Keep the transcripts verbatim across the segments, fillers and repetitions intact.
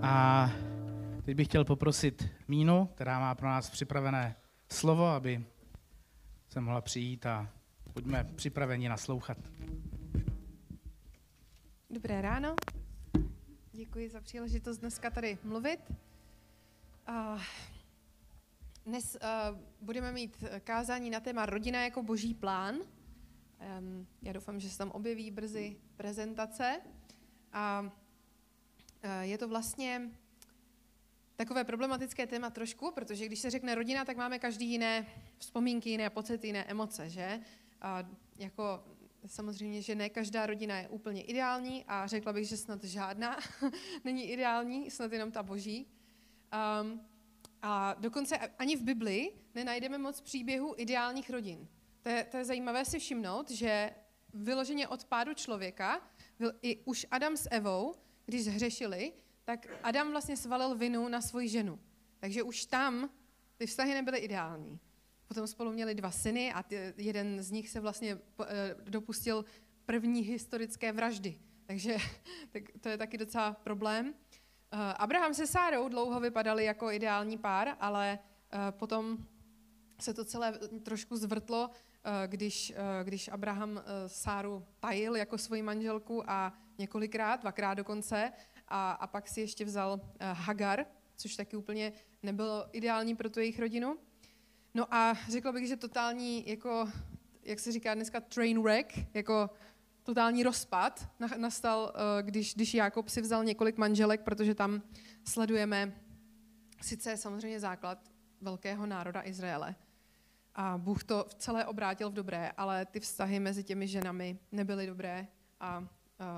A teď bych chtěl poprosit Mínu, která má pro nás připravené slovo, aby se mohla přijít a buďme připraveni naslouchat. Dobré ráno. Děkuji za příležitost dneska tady mluvit. Dnes budeme mít kázání na téma rodina jako boží plán. Já doufám, že se tam objeví brzy prezentace. A je to vlastně takové problematické téma trošku, protože když se řekne rodina, tak máme každý jiné vzpomínky, jiné pocity, jiné emoce, že? A jako samozřejmě, že ne každá rodina je úplně ideální a řekla bych, že snad žádná není ideální, snad jenom ta boží. Um, a dokonce ani v Biblii nenajdeme moc příběhů ideálních rodin. To je, to je zajímavé si všimnout, že vyloženě od pádu člověka, i už Adam s Evou, když zhřešili, tak Adam vlastně svalil vinu na svoji ženu. Takže už tam ty vztahy nebyly ideální. Potom spolu měli dva syny a ty, jeden z nich se vlastně dopustil první historické vraždy. Takže tak to je taky docela problém. Abraham se Sárou dlouho vypadali jako ideální pár, ale potom se to celé trošku zvrtlo, když, když Abraham Sáru tajil jako svoji manželku a několikrát, dvakrát dokonce, a, a pak si ještě vzal Hagar, což taky úplně nebylo ideální pro tu jejich rodinu. No a řekla bych, že totální, jako, jak se říká dneska, train wreck, jako totální rozpad nastal, když, když Jákob si vzal několik manželek, protože tam sledujeme sice samozřejmě základ velkého národa Izraele. A Bůh to celé obrátil v dobré, ale ty vztahy mezi těmi ženami nebyly dobré a, a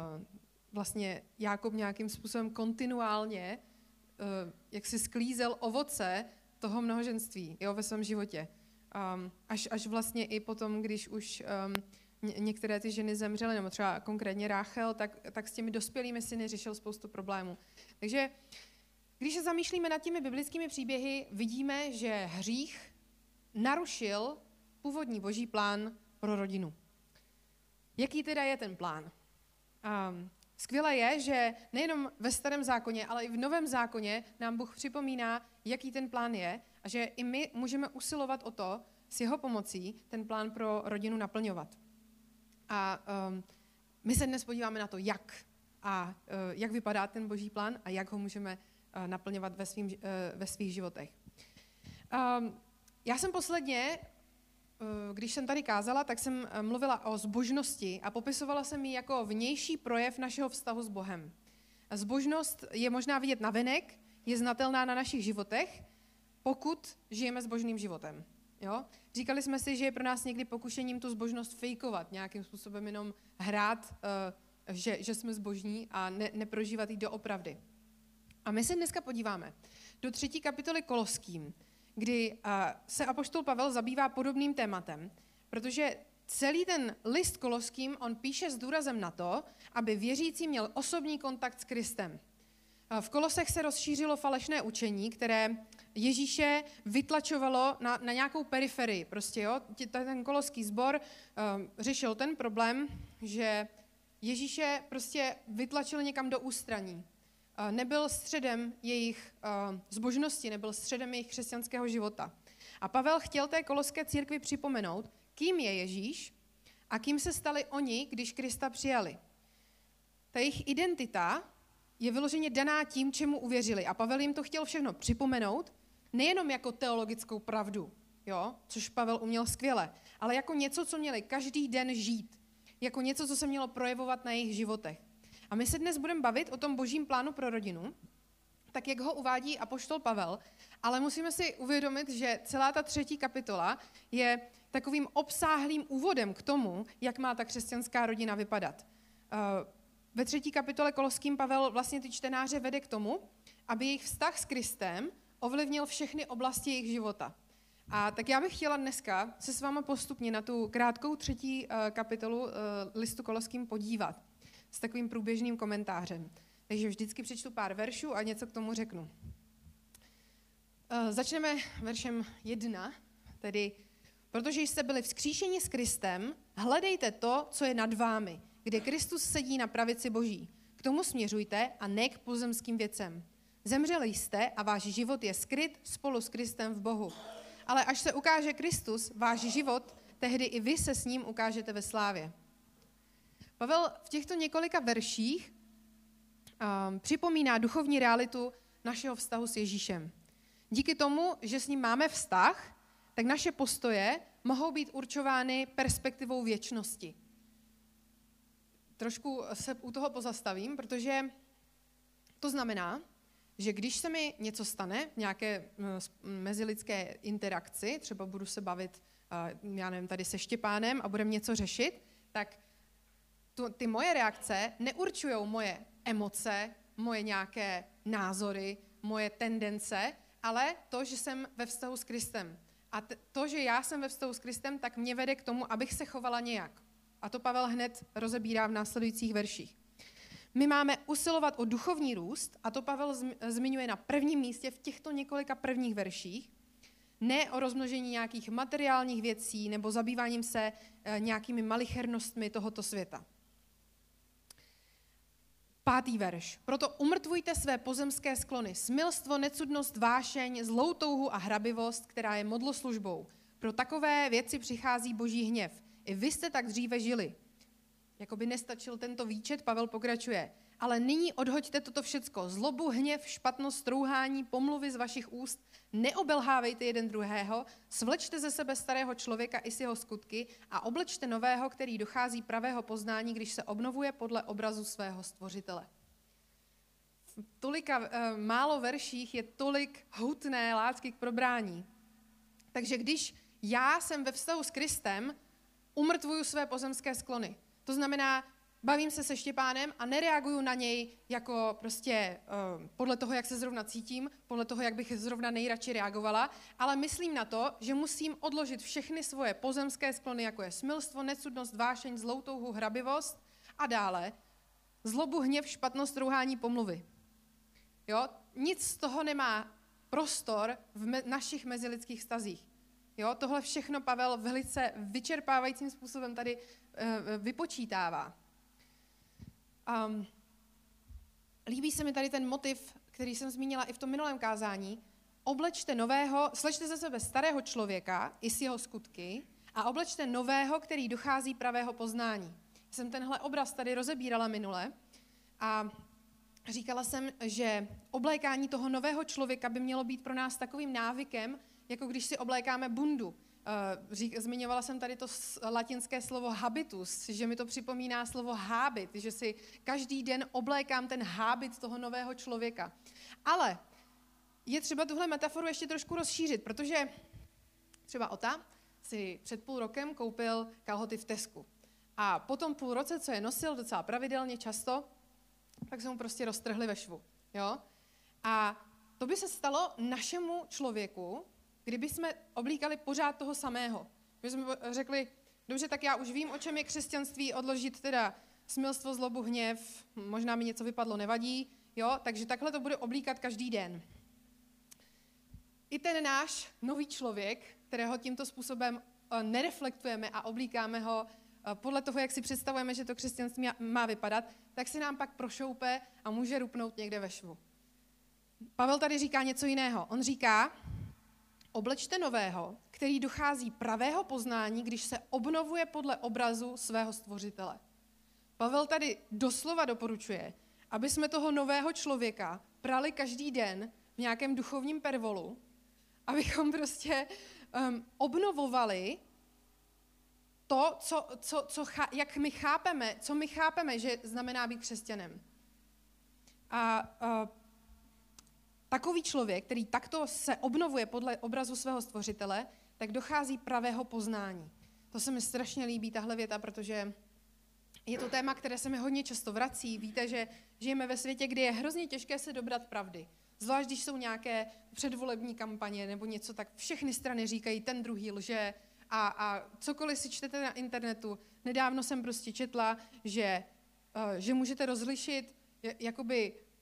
vlastně Jákob nějakým způsobem kontinuálně jak si sklízel ovoce toho mnohoženství, jo, ve svém životě. Um, až, až vlastně i potom, když už um, ně, některé ty ženy zemřely, nebo třeba konkrétně Ráchel, tak, tak s těmi dospělými syny řešil spoustu problémů. Takže když se zamýšlíme nad těmi biblickými příběhy, vidíme, že hřích narušil původní boží plán pro rodinu. Jaký teda je ten plán? Um, Skvělé je, že nejenom ve Starém zákoně, ale i v Novém zákoně nám Bůh připomíná, jaký ten plán je a že i my můžeme usilovat o to, s jeho pomocí ten plán pro rodinu naplňovat. A um, my se dnes podíváme na to, jak a uh, jak vypadá ten boží plán a jak ho můžeme uh, naplňovat ve, svým, uh, ve svých životech. Um, já jsem posledně, když jsem tady kázala, tak jsem mluvila o zbožnosti a popisovala jsem ji jako vnější projev našeho vztahu s Bohem. Zbožnost je možná vidět navenek, je znatelná na našich životech, pokud žijeme zbožným životem. Jo? Říkali jsme si, že je pro nás někdy pokušením tu zbožnost fejkovat, nějakým způsobem jenom hrát, že, že jsme zbožní a ne, neprožívat ji doopravdy. A my se dneska podíváme do třetí kapitoly Koloským, kdy se apoštol Pavel zabývá podobným tématem, protože celý ten list Koloským on píše s důrazem na to, aby věřící měl osobní kontakt s Kristem. V Kolosech se rozšířilo falešné učení, které Ježíše vytlačovalo na, na nějakou periferii. Prostě, jo, ten koloský sbor um, řešil ten problém, že Ježíše prostě vytlačil někam do ústraní. Nebyl středem jejich zbožnosti, nebyl středem jejich křesťanského života. A Pavel chtěl té koloské církvi připomenout, kým je Ježíš a kým se stali oni, když Krista přijali. Ta jejich identita je vyloženě daná tím, čemu uvěřili. A Pavel jim to chtěl všechno připomenout, nejenom jako teologickou pravdu, jo, což Pavel uměl skvěle, ale jako něco, co měli každý den žít. Jako něco, co se mělo projevovat na jejich životech. A my se dnes budeme bavit o tom božím plánu pro rodinu, tak jak ho uvádí apoštol Pavel, ale musíme si uvědomit, že celá ta třetí kapitola je takovým obsáhlým úvodem k tomu, jak má ta křesťanská rodina vypadat. Ve třetí kapitole Koloským Pavel vlastně ty čtenáře vede k tomu, aby jejich vztah s Kristem ovlivnil všechny oblasti jejich života. A tak já bych chtěla dneska se s váma postupně na tu krátkou třetí kapitolu listu Koloským podívat s takovým průběžným komentářem. Takže vždycky přečtu pár veršů a něco k tomu řeknu. Začneme veršem jedna, tedy protože jste byli vzkříšeni s Kristem, hledejte to, co je nad vámi, kde Kristus sedí na pravici Boží. K tomu směřujte a ne k pozemským věcem. Zemřeli jste a váš život je skryt spolu s Kristem v Bohu. Ale až se ukáže Kristus, váš život, tehdy i vy se s ním ukážete ve slávě. Pavel v těchto několika verších um, připomíná duchovní realitu našeho vztahu s Ježíšem. Díky tomu, že s ním máme vztah, tak naše postoje mohou být určovány perspektivou věčnosti. Trošku se u toho pozastavím, protože to znamená, že když se mi něco stane v nějaké mezilidské interakci, třeba budu se bavit, já nevím, tady se Štěpánem a budeme něco řešit, tak tu, ty moje reakce neurčují moje emoce, moje nějaké názory, moje tendence, ale to, že jsem ve vztahu s Kristem. A t- to, že já jsem ve vztahu s Kristem, tak mě vede k tomu, abych se chovala nějak. A to Pavel hned rozebírá v následujících verších. My máme usilovat o duchovní růst, a to Pavel zmiňuje na prvním místě v těchto několika prvních verších, ne o rozmnožení nějakých materiálních věcí nebo zabýváním se nějakými malichernostmi tohoto světa. Pátý verš. Proto umrtvujte své pozemské sklony, smilstvo, necudnost, vášeň, zlou touhu a hrabivost, která je modloslužbou. Pro takové věci přichází boží hněv. I vy jste tak dříve žili. Jakoby nestačil tento výčet, Pavel pokračuje. Ale nyní odhoďte toto všecko. Zlobu, hněv, špatnost, strouhání, pomluvy z vašich úst. Neobelhávejte jeden druhého, svlečte ze sebe starého člověka i s jeho skutky a oblečte nového, který dochází pravého poznání, když se obnovuje podle obrazu svého stvořitele. V tolika e, málo verších je tolik hutné látky k probrání. Takže když já jsem ve vztahu s Kristem, umrtvuju své pozemské sklony. To znamená, bavím se se Štěpánem a nereaguju na něj jako prostě uh, podle toho, jak se zrovna cítím, podle toho, jak bych zrovna nejradši reagovala, ale myslím na to, že musím odložit všechny svoje pozemské sklony, jako je smilstvo, necudnost, vášeň, zlou touhu, hrabivost a dále zlobu, hněv, špatnost, rouhání, pomluvy. Jo? Nic z toho nemá prostor v me- našich mezilidských vztazích. Jo? Tohle všechno Pavel velice vyčerpávajícím způsobem tady uh, vypočítává. Um, líbí se mi tady ten motiv, který jsem zmínila i v tom minulém kázání. Oblečte nového, slečte ze sebe starého člověka i s jeho skutky a oblečte nového, který dochází pravého poznání. Jsem tenhle obraz tady rozebírala minule a říkala jsem, že oblékání toho nového člověka by mělo být pro nás takovým návykem, jako když si oblékáme bundu. Řík, zmiňovala jsem tady to latinské slovo habitus, že mi to připomíná slovo hábit, že si každý den oblékám ten hábit toho nového člověka. Ale je třeba tuhle metaforu ještě trošku rozšířit, protože třeba Ota si před půl rokem koupil kalhoty v Tesku. A po tom půl roce, co je nosil docela pravidelně, často, tak se mu prostě roztrhli ve švu. Jo? A to by se stalo našemu člověku, kdyby jsme oblíkali pořád toho samého. My jsme řekli, dobře, tak já už vím, o čem je křesťanství, odložit teda smilstvo, zlobu, hněv, možná mi něco vypadlo, nevadí, jo, takže takhle to bude oblíkat každý den. I ten náš nový člověk, kterého tímto způsobem nereflektujeme a oblíkáme ho podle toho, jak si představujeme, že to křesťanství má vypadat, tak si nám pak prošoupe a může rupnout někde ve švu. Pavel tady říká něco jiného. On říká, oblečte nového, který dochází pravého poznání, když se obnovuje podle obrazu svého stvořitele. Pavel tady doslova doporučuje, aby jsme toho nového člověka prali každý den v nějakém duchovním pervolu, abychom prostě um, obnovovali to, co, co, co, jak my chápeme, co my chápeme, že znamená být křesťanem. A uh, takový člověk, který takto se obnovuje podle obrazu svého stvořitele, tak dochází pravého poznání. To se mi strašně líbí, tahle věta, protože je to téma, které se mi hodně často vrací. Víte, že žijeme ve světě, kdy je hrozně těžké se dobrat pravdy. Zvlášť, když jsou nějaké předvolební kampaně nebo něco, tak všechny strany říkají, ten druhý lže a, a cokoliv si čtete na internetu. Nedávno jsem prostě četla, že, uh, že můžete rozlišit jakoby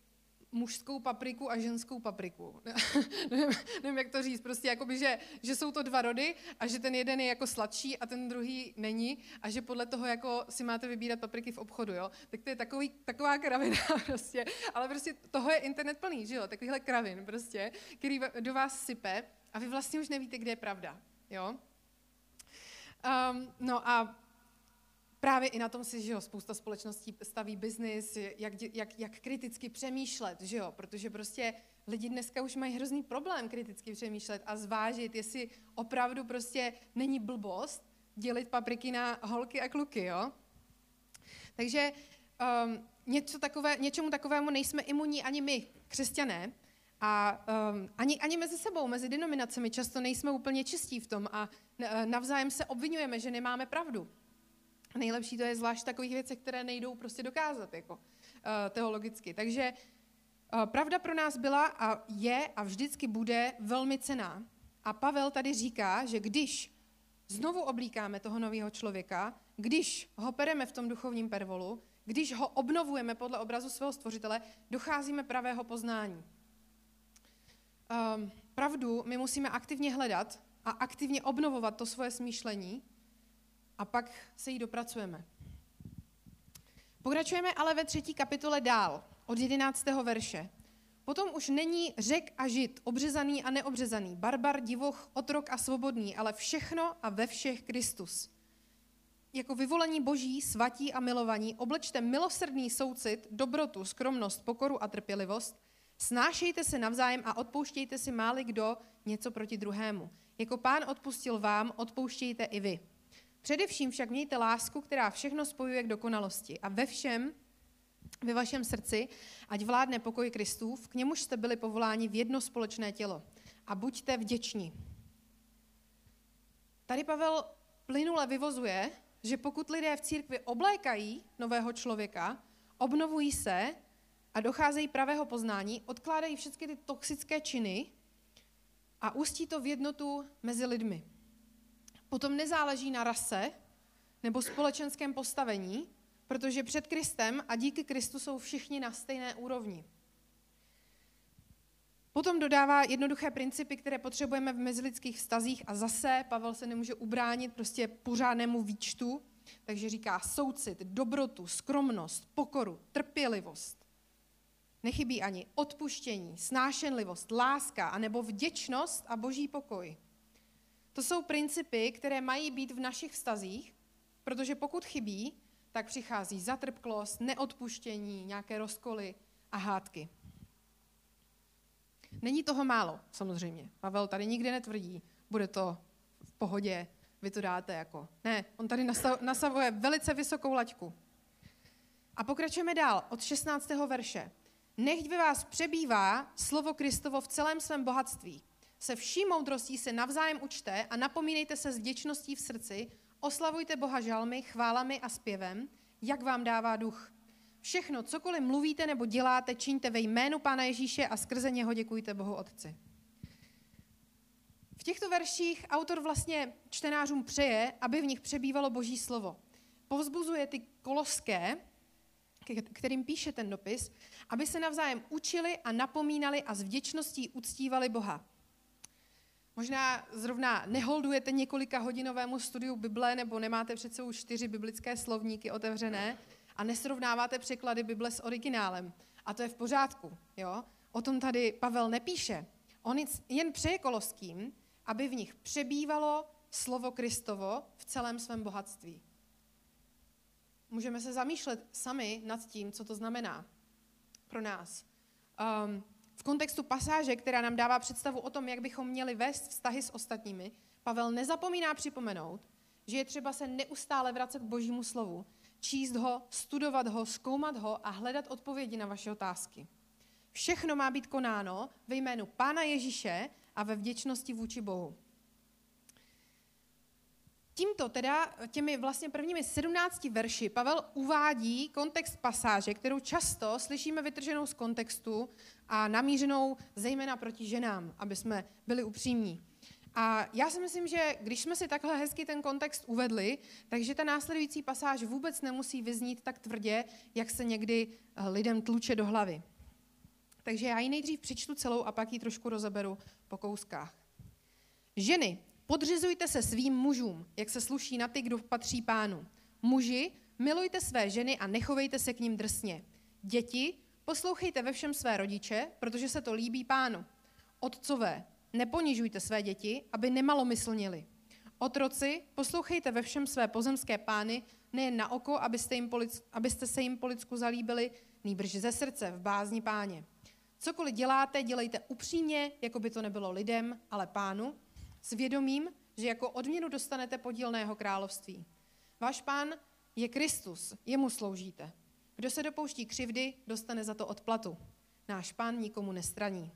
mužskou papriku a ženskou papriku. nevím, nevím, jak to říct, prostě jakoby, že, že jsou to dva rody a že ten jeden je jako sladší a ten druhý není a že podle toho jako si máte vybírat papriky v obchodu, jo. Tak to je takový, taková kravina prostě, ale prostě toho je internet plný, že jo, takovýhle kravin prostě, který do vás sype a vy vlastně už nevíte, kde je pravda, jo. Um, no a právě i na tom si, že jo, spousta společností staví biznis, jak, jak, jak kriticky přemýšlet, že jo, protože prostě lidi dneska už mají hrozný problém kriticky přemýšlet a zvážit, jestli opravdu prostě není blbost dělit papriky na holky a kluky, jo. Takže um, něco takové, něčemu takovému nejsme imunní ani my, křesťané, a um, ani, ani mezi sebou, mezi denominacemi často nejsme úplně čistí v tom a navzájem se obvinujeme, že nemáme pravdu. Nejlepší to je zvlášť v takových věcech, které nejdou prostě dokázat jako uh, teologicky. Takže uh, pravda pro nás byla a je a vždycky bude velmi cenná. A Pavel tady říká, že když znovu oblíkáme toho nového člověka, když ho pereme v tom duchovním pervolu, když ho obnovujeme podle obrazu svého stvořitele, docházíme pravého poznání. Um, pravdu my musíme aktivně hledat a aktivně obnovovat to svoje smýšlení, a pak se jí dopracujeme. Pokračujeme ale ve třetí kapitole dál, od jedenáctého verše. Potom už není Řek a Žid, obřezaný a neobřezaný, barbar, divoch, otrok a svobodný, ale všechno a ve všech Kristus. Jako vyvolení boží, svatí a milovaní, oblečte milosrdný soucit, dobrotu, skromnost, pokoru a trpělivost, snášejte se navzájem a odpouštějte si máli kdo něco proti druhému. Jako Pán odpustil vám, odpouštějte i vy. Především však mějte lásku, která všechno spojuje k dokonalosti a ve všem, ve vašem srdci, ať vládne pokoj Kristův, k němuž jste byli povoláni v jedno společné tělo. A buďte vděční. Tady Pavel plynule vyvozuje, že pokud lidé v církvi oblékají nového člověka, obnovují se a docházejí pravého poznání, odkládají všechny ty toxické činy a ústí to v jednotu mezi lidmi. Potom nezáleží na rase nebo společenském postavení, protože před Kristem a díky Kristu jsou všichni na stejné úrovni. Potom dodává jednoduché principy, které potřebujeme v mezilidských vztazích a zase Pavel se nemůže ubránit prostě pořádnému výčtu, takže říká soucit, dobrotu, skromnost, pokoru, trpělivost. Nechybí ani odpuštění, snášenlivost, láska anebo vděčnost a boží pokoj. To jsou principy, které mají být v našich vztazích, protože pokud chybí, tak přichází zatrpklost, neodpuštění, nějaké rozkoly a hádky. Není toho málo, samozřejmě. Pavel tady nikdy netvrdí, bude to v pohodě, vy to dáte jako. Ne, on tady nasavuje velice vysokou laťku. A pokračujeme dál, od šestnáctého verše. Nechť ve vás přebývá slovo Kristovo v celém svém bohatství. Se vší moudrostí se navzájem učte a napomínejte se s vděčností v srdci, oslavujte Boha žalmy, chválami a zpěvem, jak vám dává duch. Všechno, cokoliv mluvíte nebo děláte, čiňte ve jménu Pána Ježíše a skrze něho děkujte Bohu Otci. V těchto verších autor vlastně čtenářům přeje, aby v nich přebývalo Boží slovo. Povzbuzuje ty koloské, kterým píše ten dopis, aby se navzájem učili a napomínali a s vděčností uctívali Boha. Možná zrovna neholdujete několika hodinovému studiu Bible nebo nemáte před sebou čtyři biblické slovníky otevřené a nesrovnáváte překlady Bible s originálem. A to je v pořádku. Jo? O tom tady Pavel nepíše. On jen přeje Koloským, aby v nich přebývalo slovo Kristovo v celém svém bohatství. Můžeme se zamýšlet sami nad tím, co to znamená pro nás. Um, v kontextu pasáže, která nám dává představu o tom, jak bychom měli vést vztahy s ostatními, Pavel nezapomíná připomenout, že je třeba se neustále vracet k Božímu slovu, číst ho, studovat ho, zkoumat ho a hledat odpovědi na vaše otázky. Všechno má být konáno ve jménu Pána Ježíše a ve vděčnosti vůči Bohu. Tímto teda těmi vlastně prvními sedmnácti verši Pavel uvádí kontext pasáže, kterou často slyšíme vytrženou z kontextu a namířenou zejména proti ženám, aby jsme byli upřímní. A já si myslím, že když jsme si takhle hezky ten kontext uvedli, takže ta následující pasáž vůbec nemusí vyznít tak tvrdě, jak se někdy lidem tluče do hlavy. Takže já ji nejdřív přečtu celou a pak ji trošku rozeberu po kouskách. Ženy, podřizujte se svým mužům, jak se sluší na ty, kdo patří Pánu. Muži, milujte své ženy a nechovejte se k nim drsně. Děti, poslouchejte ve všem své rodiče, protože se to líbí Pánu. Otcové, neponižujte své děti, aby nemalomyslnili. Otroci, poslouchejte ve všem své pozemské pány, nejen na oko, abyste, jim po lidsku, abyste se jim po lidsku zalíbili, nýbrž ze srdce, v bázni Páně. Cokoliv děláte, dělejte upřímně, jako by to nebylo lidem, ale Pánu, s vědomím, že jako odměnu dostanete podílného království. Váš Pán je Kristus, jemu sloužíte. Kdo se dopouští křivdy, dostane za to odplatu. Náš Pán nikomu nestraní.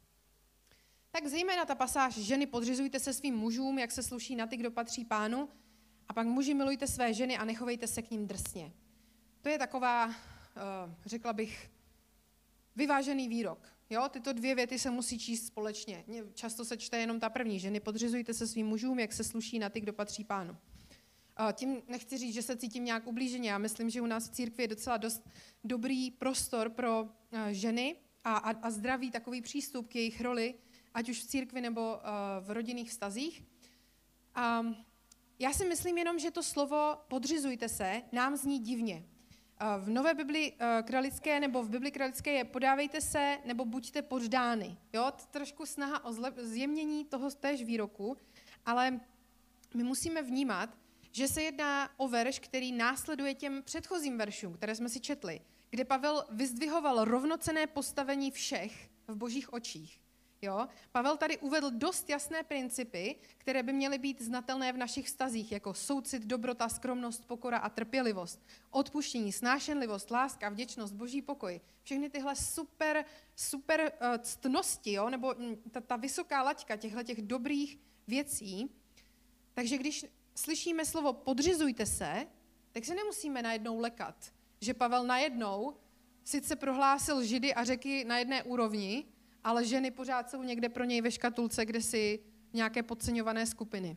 Tak zejména ta pasáž ženy podřizujte se svým mužům, jak se sluší na ty, kdo patří Pánu, a pak muži milujte své ženy a nechovejte se k ním drsně. To je taková, řekla bych, vyvážený výrok. Jo? Tyto dvě věty se musí číst společně. Často se čte jenom ta první. Ženy podřizujte se svým mužům, jak se sluší na ty, kdo patří Pánu. Tím nechci říct, že se cítím nějak ublíženě. Já myslím, že u nás v církvi je docela dost dobrý prostor pro ženy a, a, a zdravý takový přístup k jejich roli, ať už v církvi nebo uh, v rodinných vztazích. A já si myslím jenom, že to slovo podřizujte se nám zní divně. Uh, v Nové Bibli uh, kralické nebo v Bibli kralické je podávejte se nebo buďte poddány. Jo? Trošku snaha o zlep, zjemnění toho též výroku, ale my musíme vnímat, že se jedná o verš, který následuje těm předchozím veršům, které jsme si četli, kde Pavel vyzdvihoval rovnocenné postavení všech v božích očích. Jo? Pavel tady uvedl dost jasné principy, které by měly být znatelné v našich vztazích, jako soucit, dobrota, skromnost, pokora a trpělivost, odpuštění, snášenlivost, láska, vděčnost, boží pokoj. Všechny tyhle super, super uh, ctnosti, jo? Nebo ta, ta vysoká laťka těchto těch dobrých věcí. Takže když slyšíme slovo podřizujte se, tak se nemusíme najednou lekat, že Pavel najednou sice prohlásil Židy a Řeky na jedné úrovni, ale ženy pořád jsou někde pro něj ve škatulce, kde si nějaké podceňované skupiny.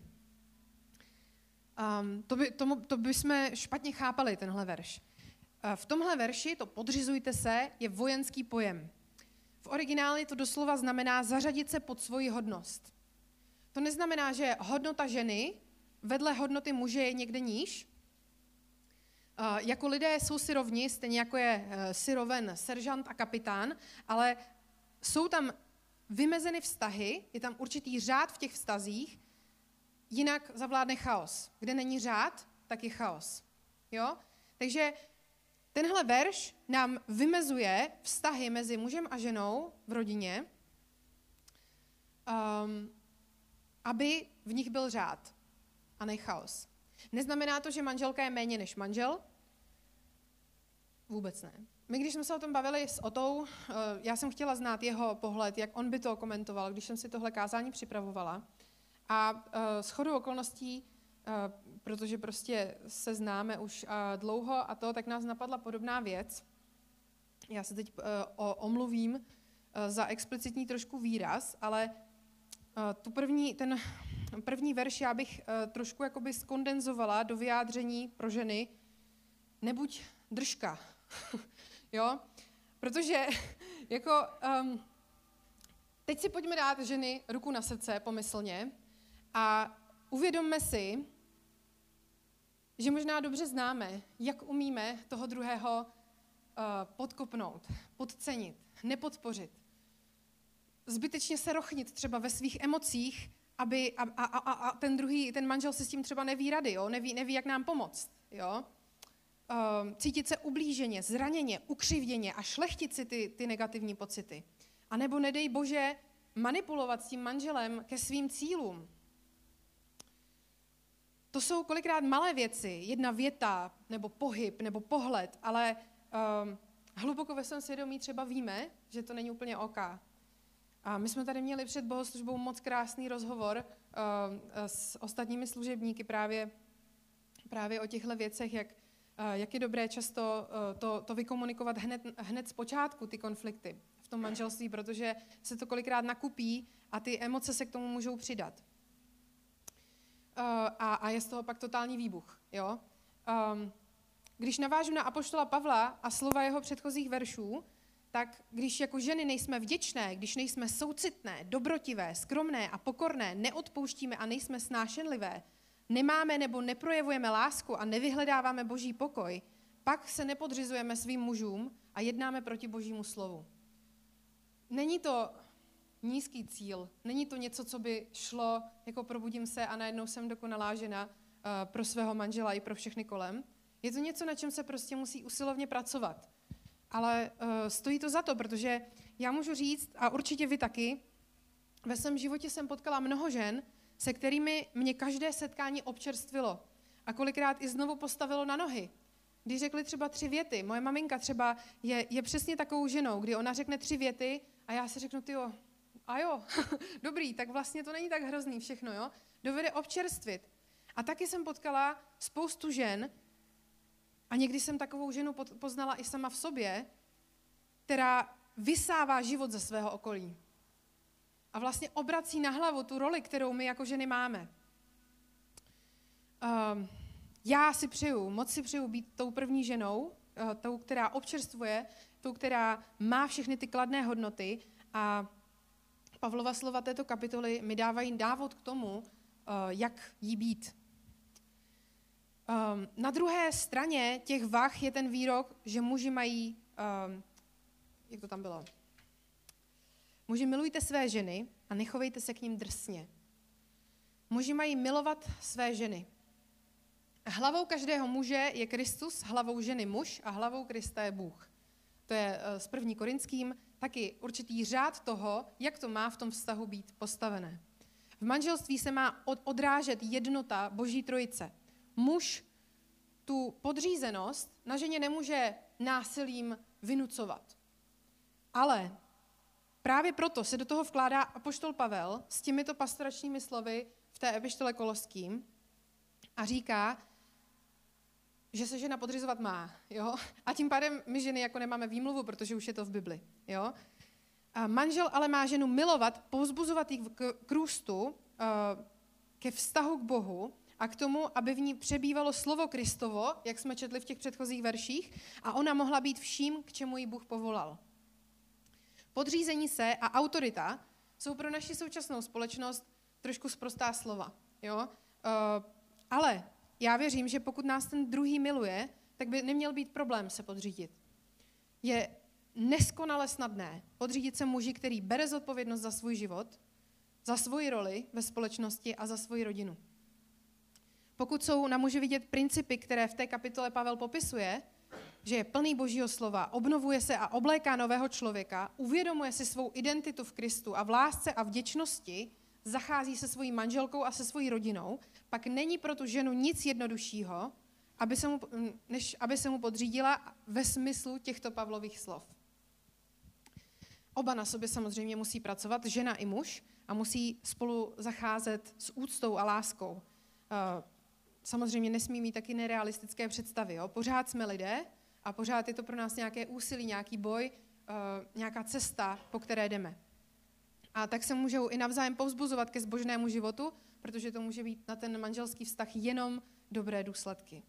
Um, to, by, tomu, to by jsme špatně chápali, tenhle verš. Uh, v tomhle verši to podřizujte se je vojenský pojem. V origináli to doslova znamená zařadit se pod svoji hodnost. To neznamená, že hodnota ženy vedle hodnoty muže je někde níž. Uh, jako lidé jsou si rovni, stejně jako je uh, si roven seržant a kapitán, ale jsou tam vymezeny vztahy, je tam určitý řád v těch vztazích, jinak zavládne chaos. Kde není řád, tak je chaos. Jo? Takže tenhle verš nám vymezuje vztahy mezi mužem a ženou v rodině, um, aby v nich byl řád a ne chaos. Neznamená to, že manželka je méně než manžel? Vůbec ne. My, když jsme se o tom bavili s Otou, já jsem chtěla znát jeho pohled, jak on by to komentoval, když jsem si tohle kázání připravovala. A shodou okolností, protože prostě se známe už dlouho a to, tak nás napadla podobná věc. Já se teď omluvím za explicitní trošku výraz, ale tu první, ten první verš já bych trošku jakoby skondenzovala do vyjádření pro ženy nebuď držka. Jo? Protože jako, um, teď si pojďme dát ženy ruku na srdce pomyslně a uvědomme si, že možná dobře známe, jak umíme toho druhého uh, podkopnout, podcenit, nepodpořit. Zbytečně se rochnit třeba ve svých emocích, aby a, a, a, a ten druhý, ten manžel se s tím třeba neví rady, jo? Neví, neví, jak nám pomoct. Jo? Cítit se ublíženě, zraněně, ukřivděně a šlechtit si ty, ty negativní pocity. A nebo nedej Bože manipulovat s tím manželem ke svým cílům. To jsou kolikrát malé věci, jedna věta, nebo pohyb, nebo pohled, ale um, hluboko ve svém svědomí třeba víme, že to není úplně OK. A my jsme tady měli před bohoslužbou moc krásný rozhovor um, s ostatními služebníky právě, právě o těchto věcech, jak jak je dobré často to, to vykomunikovat hned, hned z počátku, ty konflikty v tom manželství, protože se to kolikrát nakupí a ty emoce se k tomu můžou přidat. A, a je z toho pak totální výbuch. Jo? Když navážu na apoštola Pavla a slova jeho předchozích veršů, tak když jako ženy nejsme vděčné, když nejsme soucitné, dobrotivé, skromné a pokorné, neodpouštíme a nejsme snášenlivé, nemáme nebo neprojevujeme lásku a nevyhledáváme Boží pokoj, pak se nepodřizujeme svým mužům a jednáme proti Božímu slovu. Není to nízký cíl, není to něco, co by šlo, jako probudím se a najednou jsem dokonalá žena uh, pro svého manžela i pro všechny kolem. Je to něco, na čem se prostě musí usilovně pracovat. Ale uh, stojí to za to, protože já můžu říct, a určitě vy taky, ve svém životě jsem potkala mnoho žen, se kterými mě každé setkání občerstvilo a kolikrát i znovu postavilo na nohy. Když řekli třeba tři věty, moje maminka třeba je, je přesně takovou ženou, kdy ona řekne tři věty a já si řeknu, tyjo, a jo, dobrý, tak vlastně to není tak hrozný všechno, jo? Dovede občerstvit. A taky jsem potkala spoustu žen, a někdy jsem takovou ženu poznala i sama v sobě, která vysává život ze svého okolí. A vlastně obrací na hlavu tu roli, kterou my jako ženy máme. Um, já si přeju, moc si přeju být tou první ženou, uh, tou, která občerstvuje, tou, která má všechny ty kladné hodnoty a Pavlova slova této kapitoly mi dávají návod k tomu, uh, jak jí být. Um, na druhé straně těch vah je ten výrok, že muži mají, um, jak to tam bylo? Muži, milujte své ženy a nechovejte se k ním drsně. Muži mají milovat své ženy. Hlavou každého muže je Kristus, hlavou ženy muž a hlavou Krista je Bůh. To je uh, s první Korinským taky určitý řád toho, jak to má v tom vztahu být postavené. V manželství se má od, odrážet jednota Boží trojice. Muž tu podřízenost na ženě nemůže násilím vynucovat. Ale právě proto se do toho vkládá apoštol Pavel s těmito pastoračními slovy v té epištole Koloským a říká, že se žena podřizovat má. Jo? A tím pádem my ženy jako nemáme výmluvu, protože už je to v Bibli. Jo? A manžel ale má ženu milovat, povzbuzovat ji k, k růstu, ke vztahu k Bohu, a k tomu, aby v ní přebývalo slovo Kristovo, jak jsme četli v těch předchozích verších, a ona mohla být vším, k čemu ji Bůh povolal. Podřízení se a autorita jsou pro naši současnou společnost trošku sprostá slova. Jo? Uh, ale já věřím, že pokud nás ten druhý miluje, tak by neměl být problém se podřídit. Je neskonale snadné podřídit se muži, který bere zodpovědnost za svůj život, za svoji roli ve společnosti a za svoji rodinu. Pokud jsou na muži vidět principy, které v té kapitole Pavel popisuje, že je plný Božího slova, obnovuje se a obléká nového člověka, uvědomuje si svou identitu v Kristu a v lásce a vděčnosti zachází se svojí manželkou a se svojí rodinou, pak není pro tu ženu nic jednoduššího, aby se mu, než aby se mu podřídila ve smyslu těchto Pavlových slov. Oba na sobě samozřejmě musí pracovat, žena i muž, a musí spolu zacházet s úctou a láskou. Samozřejmě nesmí mít taky nerealistické představy. Jo? Pořád jsme lidé a pořád je to pro nás nějaké úsilí, nějaký boj, nějaká cesta, po které jdeme. A tak se můžou i navzájem povzbuzovat ke zbožnému životu, protože to může být na ten manželský vztah jenom dobré důsledky.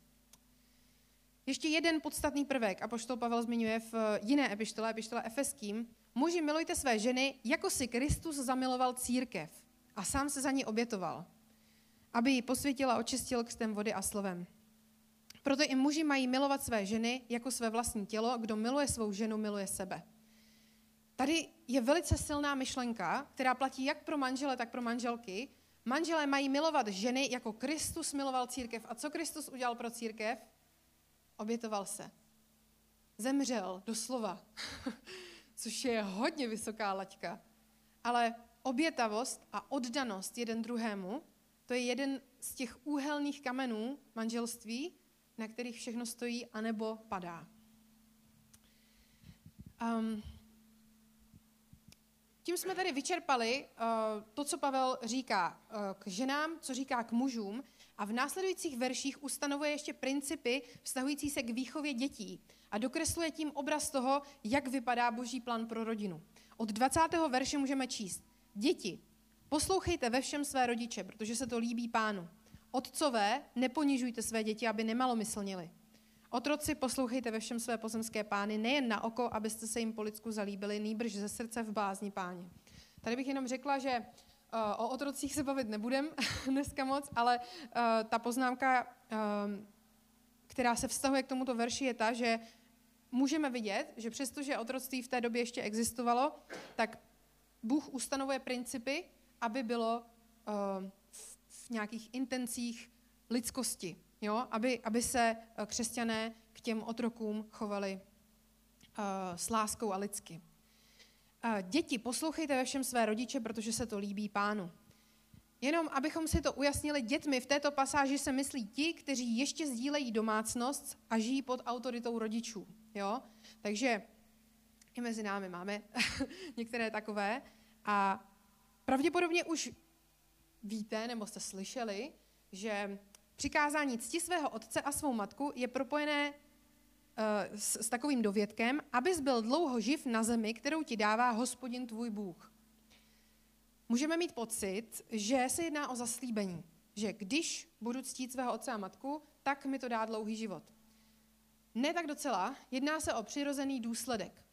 Ještě jeden podstatný prvek apoštol Pavel zmiňuje v jiné epištole, epištole Efeským. Muži, milujte své ženy, jako si Kristus zamiloval církev a sám se za ní obětoval, aby ji posvětil a očistil křtem vody a slovem. Proto i muži mají milovat své ženy jako své vlastní tělo. Kdo miluje svou ženu, miluje sebe. Tady je velice silná myšlenka, která platí jak pro manžele, tak pro manželky. Manželé mají milovat ženy, jako Kristus miloval církev. A co Kristus udělal pro církev? Obětoval se. Zemřel, doslova. Což je hodně vysoká laťka. Ale obětavost a oddanost jeden druhému, to je jeden z těch úhelných kamenů manželství, na kterých všechno stojí anebo padá. Um, tím jsme tady vyčerpali uh, to, co Pavel říká uh, k ženám, co říká k mužům, a v následujících verších ustanovuje ještě principy vztahující se k výchově dětí a dokresluje tím obraz toho, jak vypadá Boží plán pro rodinu. Od dvacátého verše můžeme číst: Děti, poslouchejte ve všem své rodiče, protože se to líbí Pánu. Otcové, neponižujte své děti, aby nemalomyslnili. Otroci, poslouchejte ve všem své pozemské pány, nejen na oko, abyste se jim po lidsku zalíbili, nýbrž ze srdce v bázni páně. Tady bych jenom řekla, že uh, o otrocích se bavit nebudem dneska moc, ale uh, ta poznámka, uh, která se vztahuje k tomuto verši, je ta, že můžeme vidět, že přestože otroctví v té době ještě existovalo, tak Bůh ustanovuje principy, aby bylo uh, v, v nějakých intencích lidskosti, jo? Aby, aby se křesťané k těm otrokům chovali uh, s láskou a lidsky. Uh, děti, poslouchejte ve všem své rodiče, protože se to líbí Pánu. Jenom abychom si to ujasnili, dětmi v této pasáži se myslí ti, kteří ještě sdílejí domácnost a žijí pod autoritou rodičů. Jo? Takže i mezi námi máme některé takové. A pravděpodobně už víte, nebo jste slyšeli, že přikázání cti svého otce a svou matku je propojené uh, s, s takovým dovědkem, abys byl dlouho živ na zemi, kterou ti dává Hospodin tvůj Bůh. Můžeme mít pocit, že se jedná o zaslíbení, že když budu ctít svého otce a matku, tak mi to dá dlouhý život. Ne tak docela, jedná se o přirozený důsledek.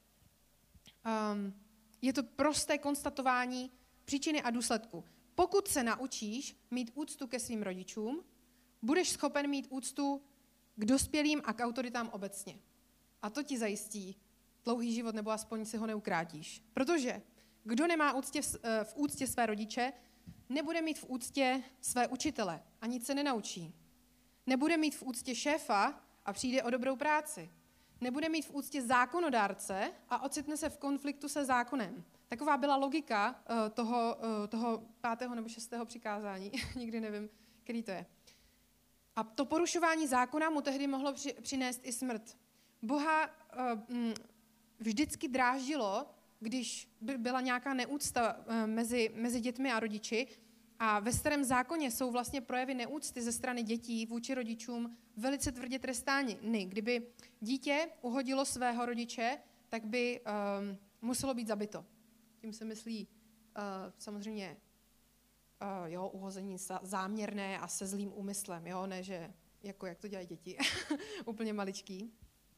Um, je to prosté konstatování příčiny a důsledku. Pokud se naučíš mít úctu ke svým rodičům, budeš schopen mít úctu k dospělým a k autoritám obecně. A to ti zajistí dlouhý život, nebo aspoň si ho neukrátíš. Protože kdo nemá úctě v, v úctě své rodiče, nebude mít v úctě své učitele a nic se nenaučí. Nebude mít v úctě šéfa a přijde o dobrou práci. Nebude mít v úctě zákonodárce a ocitne se v konfliktu se zákonem. Taková byla logika uh, toho, uh, toho pátého nebo šestého přikázání. Nikdy nevím, který to je. A to porušování zákona mu tehdy mohlo při, přinést i smrt. Boha uh, m, vždycky dráždilo, když by byla nějaká neúcta uh, mezi, mezi dětmi a rodiči. A ve starém zákoně jsou vlastně projevy neúcty ze strany dětí vůči rodičům velice tvrdě trestáni. Kdyby dítě uhodilo svého rodiče, tak by um, muselo být zabito. Tím se myslí uh, samozřejmě uh, jo, uhození záměrné a se zlým úmyslem, jo? Ne, že jako jak to dělají děti, úplně maličký.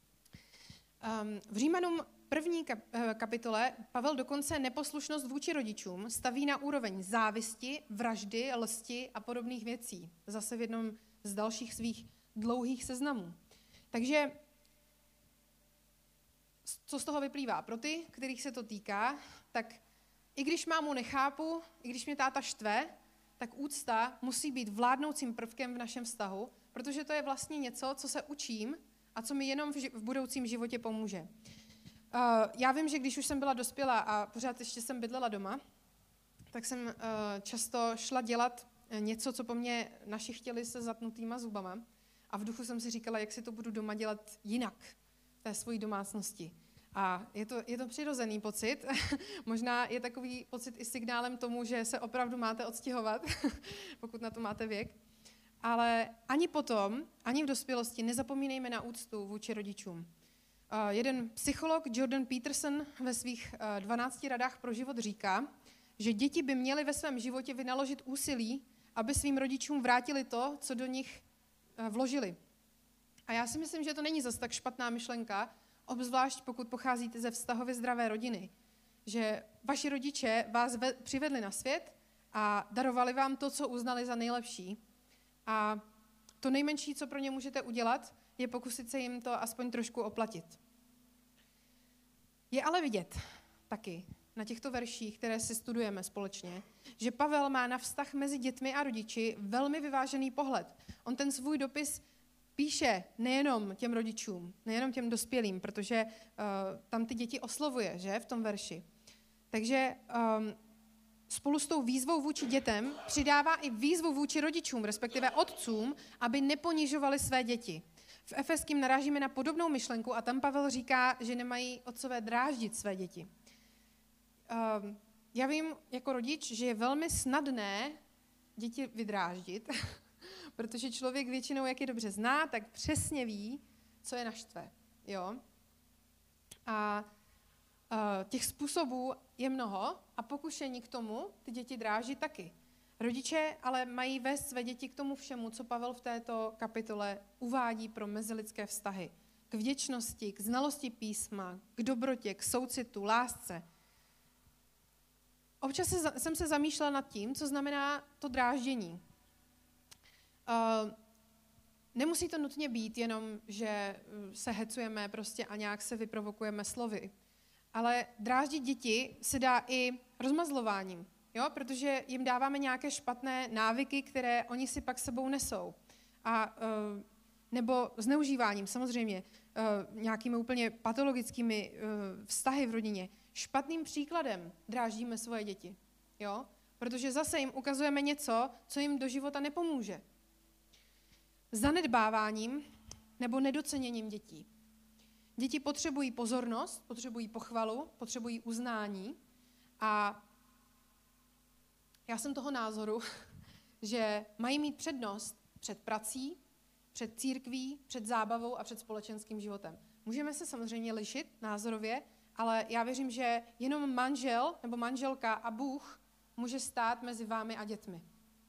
Um, v Římanům první kap, kapitole Pavel dokonce neposlušnost vůči rodičům staví na úroveň závisti, vraždy, lsti a podobných věcí. Zase v jednom z dalších svých dlouhých seznamů. Takže co z toho vyplývá? Pro ty, kterých se to týká, tak i když mámu nechápu, i když mě táta štve, tak úcta musí být vládnoucím prvkem v našem vztahu, protože to je vlastně něco, co se učím a co mi jenom v, ži- v budoucím životě pomůže. Uh, já vím, že když už jsem byla dospělá a pořád ještě jsem bydlela doma, tak jsem uh, často šla dělat něco, co po mně naši chtěli se zatnutýma zubama. A v duchu jsem si říkala, jak si to budu doma dělat jinak v té svojí domácnosti. A je to, je to přirozený pocit. Možná je takový pocit i signálem tomu, že se opravdu máte odstěhovat, pokud na to máte věk. Ale ani potom, ani v dospělosti nezapomínejme na úctu vůči rodičům. Uh, jeden psycholog, Jordan Peterson, ve svých uh, dvanácti radách pro život říká, že děti by měly ve svém životě vynaložit úsilí, aby svým rodičům vrátili to, co do nich uh, vložili. A já si myslím, že to není zas tak špatná myšlenka, obzvlášť pokud pocházíte ze vztahově zdravé rodiny, že vaši rodiče vás ve, přivedli na svět a darovali vám to, co uznali za nejlepší. A to nejmenší, co pro ně můžete udělat, je pokusit se jim to aspoň trošku oplatit. Je ale vidět taky na těchto verších, které si studujeme společně, že Pavel má na vztah mezi dětmi a rodiči velmi vyvážený pohled. On ten svůj dopis píše nejenom těm rodičům, nejenom těm dospělým, protože uh, tam ty děti oslovuje, že, v tom verši. Takže um, spolu s tou výzvou vůči dětem přidává i výzvu vůči rodičům, respektive otcům, aby neponižovali své děti. V Efeským narážíme na podobnou myšlenku a tam Pavel říká, že nemají otcové dráždit své děti. Um, já vím jako rodič, že je velmi snadné děti vydráždit, protože člověk většinou, jak je dobře zná, tak přesně ví, co je naštve. Jo? A uh, těch způsobů je mnoho a pokušení k tomu ty děti dráží taky. Rodiče ale mají vést své děti k tomu všemu, co Pavel v této kapitole uvádí pro mezilidské vztahy. K vděčnosti, k znalosti písma, k dobrotě, k soucitu, lásce. Občas se, jsem se zamýšlela nad tím, co znamená to dráždění. Uh, nemusí to nutně být jenom, že se hecujeme prostě a nějak se vyprovokujeme slovy. Ale dráždit děti se dá i rozmazlováním, jo? Protože jim dáváme nějaké špatné návyky, které oni si pak sebou nesou. A, uh, nebo zneužíváním, samozřejmě, uh, nějakými úplně patologickými uh, vztahy v rodině. Špatným příkladem dráždíme svoje děti, jo? Protože zase jim ukazujeme něco, co jim do života nepomůže. Zanedbáváním nebo nedoceněním dětí. Děti potřebují pozornost, potřebují pochvalu, potřebují uznání a já jsem toho názoru, že mají mít přednost před prací, před církví, před zábavou a před společenským životem. Můžeme se samozřejmě lišit názorově, ale já věřím, že jenom manžel nebo manželka a Bůh může stát mezi vámi a dětmi.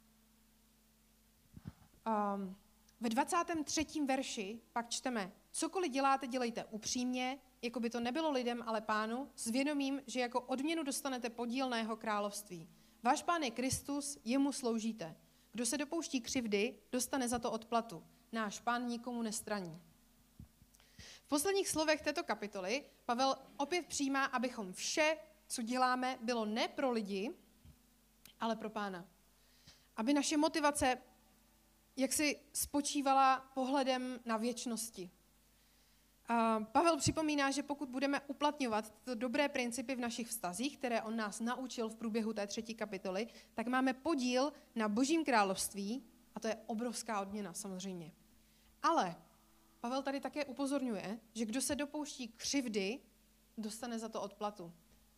Um, ve dvacátém třetím verši pak čteme: cokoliv děláte, dělejte upřímně, jako by to nebylo lidem, ale Pánu, s vědomím, že jako odměnu dostanete podíl na jeho království. Váš Pán je Kristus, jemu sloužíte. Kdo se dopouští křivdy, dostane za to odplatu. Náš Pán nikomu nestraní. V posledních slovech této kapitoly Pavel opět přijímá, abychom vše, co děláme, bylo ne pro lidi, ale pro Pána. Aby naše motivace jaksi spočívala pohledem na věčnosti. A Pavel připomíná, že pokud budeme uplatňovat tyto dobré principy v našich vztazích, které on nás naučil v průběhu té třetí kapitoly, tak máme podíl na Božím království a to je obrovská odměna samozřejmě. Ale Pavel tady také upozorňuje, že kdo se dopouští křivdy, dostane za to odplatu.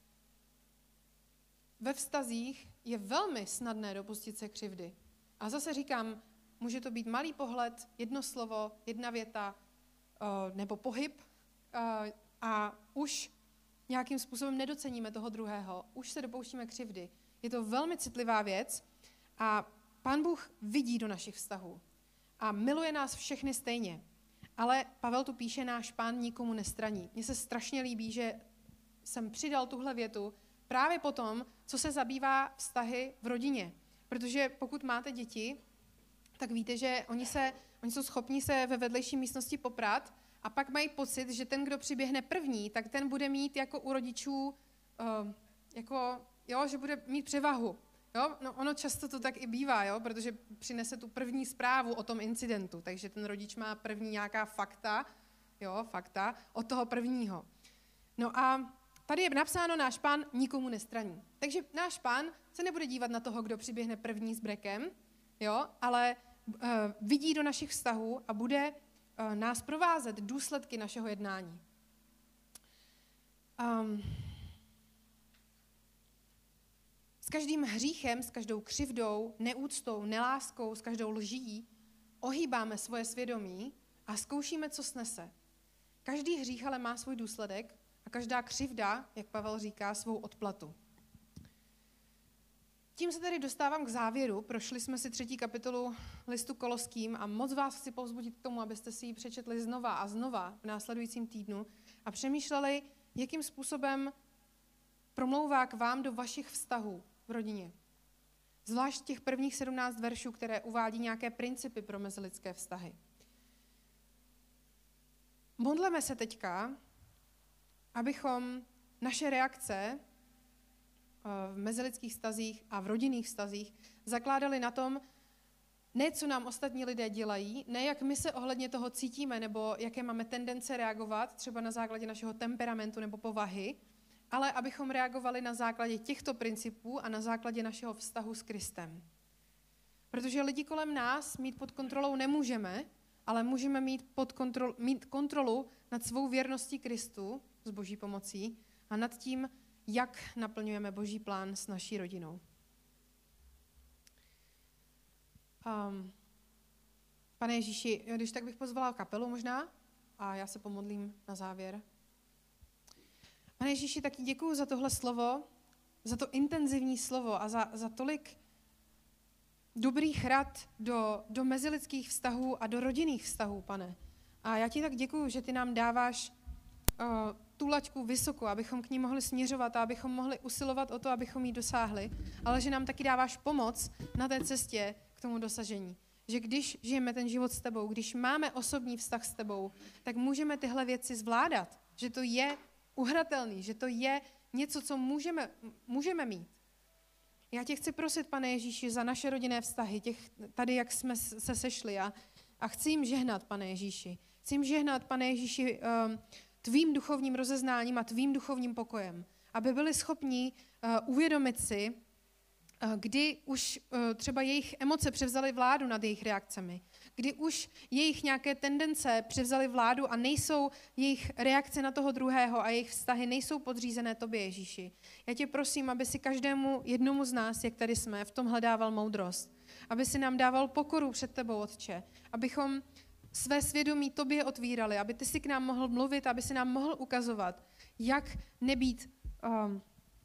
Ve vztazích je velmi snadné dopustit se křivdy. A zase říkám, může to být malý pohled, jedno slovo, jedna věta nebo pohyb a už nějakým způsobem nedoceníme toho druhého, už se dopouštíme křivdy. Je to velmi citlivá věc a Pán Bůh vidí do našich vztahů a miluje nás všechny stejně. Ale Pavel tu píše, náš Pán nikomu nestraní. Mně se strašně líbí, že jsem přidal tuhle větu právě potom, co se zabývá vztahy v rodině. Protože pokud máte děti, tak víte, že oni, se, oni jsou schopni se ve vedlejší místnosti poprat a pak mají pocit, že ten, kdo přiběhne první, tak ten bude mít jako u rodičů, uh, jako, jo, že bude mít převahu. Jo? No, ono často to tak i bývá, jo? Protože přinese tu první zprávu o tom incidentu, takže ten rodič má první nějaká fakta, jo, fakta od toho prvního. No a tady je napsáno, náš Pán nikomu nestraní. Takže náš Pán se nebude dívat na toho, kdo přiběhne první s brekem, jo, ale uh, vidí do našich vztahů a bude uh, nás provázet důsledky našeho jednání. Um, s každým hříchem, s každou křivdou, neúctou, neláskou, s každou lží ohýbáme svoje svědomí a zkoušíme, co snese. Každý hřích ale má svůj důsledek a každá křivda, jak Pavel říká, svou odplatu. Tím se tedy dostávám k závěru. Prošli jsme si třetí kapitolu listu Koloským a moc vás chci povzbudit k tomu, abyste si ji přečetli znova a znova v následujícím týdnu a přemýšleli, jakým způsobem promlouvá k vám do vašich vztahů v rodině. Zvlášť těch prvních sedmnáct veršů, které uvádí nějaké principy pro mezilidské vztahy. Modleme se teďka, abychom naše reakce v mezilidských vztazích a v rodinných vztazích zakládali na tom, ne co nám ostatní lidé dělají, ne jak my se ohledně toho cítíme, nebo jaké máme tendence reagovat, třeba na základě našeho temperamentu nebo povahy, ale abychom reagovali na základě těchto principů a na základě našeho vztahu s Kristem. Protože lidi kolem nás mít pod kontrolou nemůžeme, ale můžeme mít, pod kontrol, mít kontrolu nad svou věrností Kristu s Boží pomocí a nad tím, jak naplňujeme Boží plán s naší rodinou. Um, pane Ježíši, když tak bych pozvala kapelu možná a já se pomodlím na závěr. Pane Ježíši, taky děkuju za tohle slovo, za to intenzivní slovo a za, za tolik dobrých rad do, do mezilidských vztahů a do rodinných vztahů, pane. A já ti tak děkuju, že ty nám dáváš uh, tu laťku vysoko, abychom k ní mohli směřovat a abychom mohli usilovat o to, abychom ji dosáhli, ale že nám taky dáváš pomoc na té cestě k tomu dosažení. Že když žijeme ten život s tebou, když máme osobní vztah s tebou, tak můžeme tyhle věci zvládat. Že to je uhratelný, že to je něco, co můžeme, můžeme mít. Já tě chci prosit, pane Ježíši, za naše rodinné vztahy, těch, tady, jak jsme se sešli a, a chci jim žehnat, pane Ježíši. Chci jim žehnat, pane Ježíši, um, tvým duchovním rozeznáním a tvým duchovním pokojem, aby byli schopni uh, uvědomit si, uh, kdy už uh, třeba jejich emoce převzaly vládu nad jejich reakcemi, kdy už jejich nějaké tendence převzaly vládu a nejsou jejich reakce na toho druhého a jejich vztahy nejsou podřízené tobě, Ježíši. Já tě prosím, aby si každému jednomu z nás, jak tady jsme, v tom hledával moudrost. Aby si nám dával pokoru před tebou, Otče. Abychom své svědomí tobě otvírali, aby ty si k nám mohl mluvit, aby si nám mohl ukazovat, jak nebýt, um,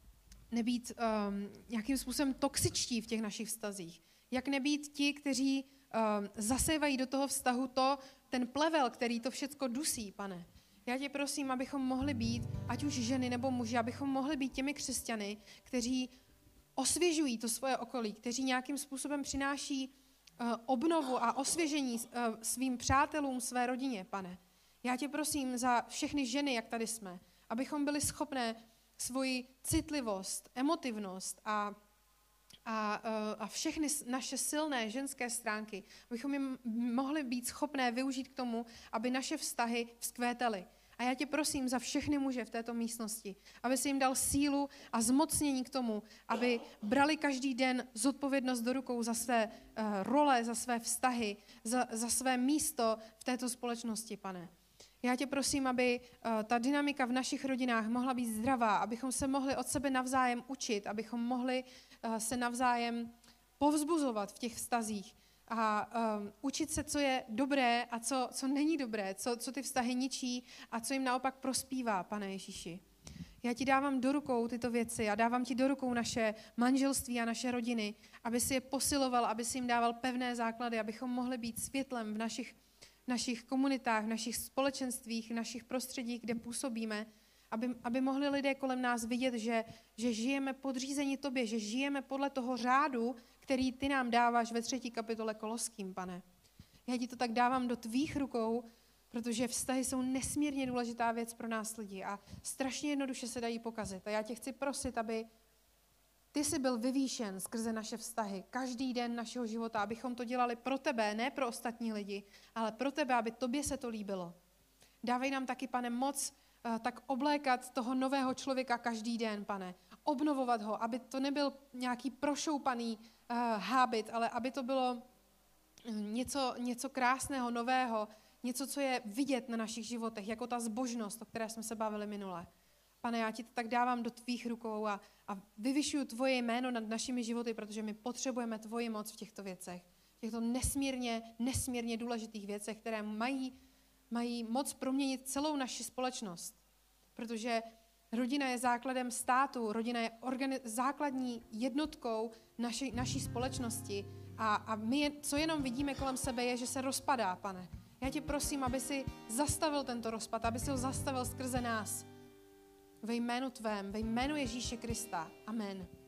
nebýt um, nějakým způsobem toxičtí v těch našich vztazích. Jak nebýt ti, kteří um, zasévají do toho vztahu to, ten plevel, který to všecko dusí, pane. Já tě prosím, abychom mohli být, ať už ženy nebo muži, abychom mohli být těmi křesťany, kteří osvěžují to svoje okolí, kteří nějakým způsobem přináší uh, obnovu a osvěžení uh, svým přátelům, své rodině, pane. Já tě prosím za všechny ženy, jak tady jsme, abychom byli schopné svoji citlivost, emotivnost a, a, uh, a všechny naše silné ženské stránky, abychom jim mohli být schopné využít k tomu, aby naše vztahy vzkvétaly. A já tě prosím za všechny muže v této místnosti, aby si jim dal sílu a zmocnění k tomu, aby brali každý den zodpovědnost do rukou za své uh, role, za své vztahy, za, za své místo v této společnosti, pane. Já tě prosím, aby uh, ta dynamika v našich rodinách mohla být zdravá, abychom se mohli od sebe navzájem učit, abychom mohli uh, se navzájem povzbuzovat v těch vztazích, a um, učit se, co je dobré a co, co není dobré, co, co ty vztahy ničí a co jim naopak prospívá, pane Ježíši. Já ti dávám do rukou tyto věci a dávám ti do rukou naše manželství a naše rodiny, aby si je posiloval, aby si jim dával pevné základy, abychom mohli být světlem v našich, našich komunitách, v našich společenstvích, v našich prostředích, kde působíme, aby, aby mohli lidé kolem nás vidět, že, že žijeme podřízení tobě, že žijeme podle toho řádu, který ty nám dáváš ve třetí kapitole Koloským, pane. Já ti to tak dávám do tvých rukou, protože vztahy jsou nesmírně důležitá věc pro nás lidi a strašně jednoduše se dají pokazit. A já tě chci prosit, aby ty jsi byl vyvýšen skrze naše vztahy každý den našeho života, abychom to dělali pro tebe, ne pro ostatní lidi, ale pro tebe, aby tobě se to líbilo. Dávej nám taky, pane, moc uh, tak oblékat toho nového člověka každý den, pane. Obnovovat ho, aby to nebyl nějaký prošoupaný uh, hábit, ale aby to bylo něco, něco krásného, nového, něco, co je vidět na našich životech, jako ta zbožnost, o které jsme se bavili minule. Pane, já ti to tak dávám do tvých rukou a, a vyvyšuju tvoje jméno nad našimi životy, protože my potřebujeme tvoji moc v těchto věcech. V těchto nesmírně, nesmírně důležitých věcech, které mají, mají moc proměnit celou naši společnost. Protože rodina je základem státu, rodina je organi- základní jednotkou naši, naší společnosti a, a my, je, co jenom vidíme kolem sebe, je, že se rozpadá, pane. Já tě prosím, aby si zastavil tento rozpad, aby si ho zastavil skrze nás. Ve jménu tvém, ve jménu Ježíše Krista. Amen.